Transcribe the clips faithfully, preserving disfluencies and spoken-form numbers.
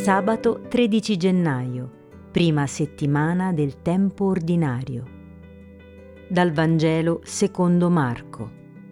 Sabato tredici gennaio, prima settimana del tempo ordinario. Dal Vangelo secondo Marco.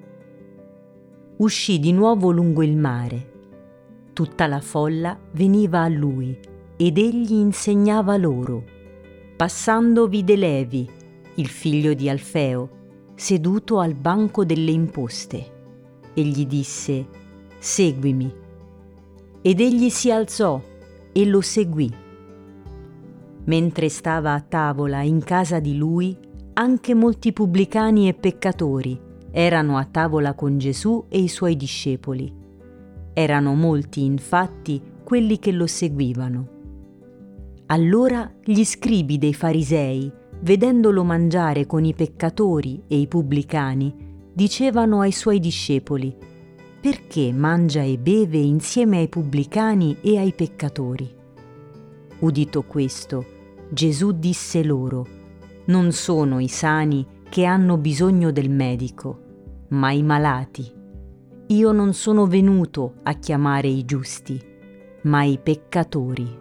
Uscì di nuovo lungo il mare. Tutta la folla veniva a lui ed egli insegnava loro. Passando vide Levi, il figlio di Alfeo, seduto al banco delle imposte, e gli disse: «Seguimi». Ed egli si alzò e lo seguì. Mentre stava a tavola in casa di lui, anche molti pubblicani e peccatori erano a tavola con Gesù e i suoi discepoli. Erano molti, infatti, quelli che lo seguivano. Allora gli scribi dei farisei, vedendolo mangiare con i peccatori e i pubblicani, dicevano ai suoi discepoli: «Perché mangia e beve insieme ai pubblicani e ai peccatori?» Udito questo, Gesù disse loro: «Non sono i sani che hanno bisogno del medico, ma i malati. Io non sono venuto a chiamare i giusti, ma i peccatori».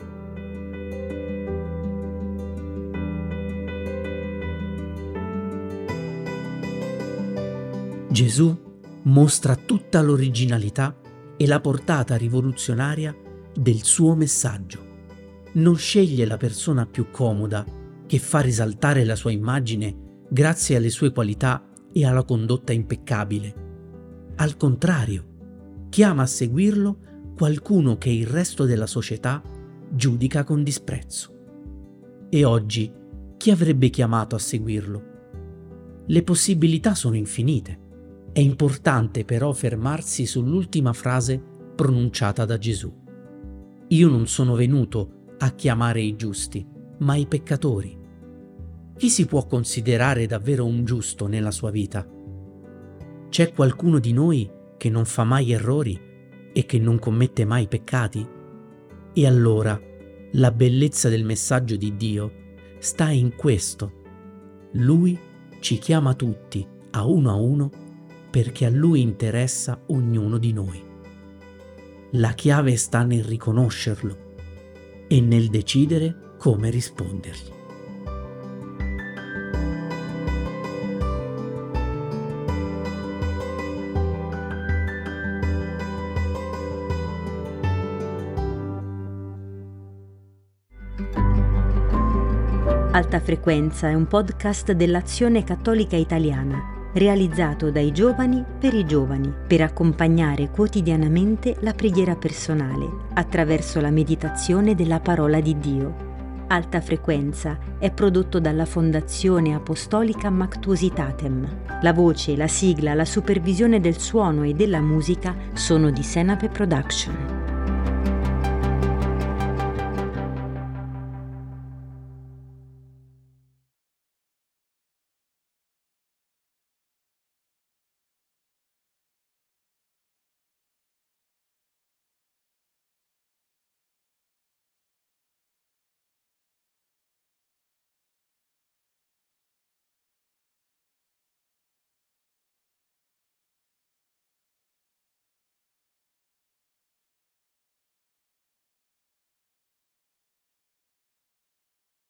Gesù mostra tutta l'originalità e la portata rivoluzionaria del suo messaggio. Non sceglie la persona più comoda, che fa risaltare la sua immagine grazie alle sue qualità e alla condotta impeccabile. Al contrario, chiama a seguirlo qualcuno che il resto della società giudica con disprezzo. E oggi chi avrebbe chiamato a seguirlo? Le possibilità sono infinite. È importante però fermarsi sull'ultima frase pronunciata da Gesù. Io non sono venuto a chiamare i giusti, ma i peccatori. Chi si può considerare davvero un giusto nella sua vita? C'è qualcuno di noi che non fa mai errori e che non commette mai peccati? E allora la bellezza del messaggio di Dio sta in questo. Lui ci chiama tutti a uno a uno perché a Lui interessa ognuno di noi. La chiave sta nel riconoscerlo e nel decidere come rispondergli. Alta Frequenza è un podcast dell'Azione Cattolica Italiana, realizzato dai giovani per i giovani, per accompagnare quotidianamente la preghiera personale attraverso la meditazione della parola di Dio. Alta Frequenza è prodotto dalla Fondazione Apostolica Mactuositatem. La voce, la sigla, la supervisione del suono e della musica sono di Senape Production.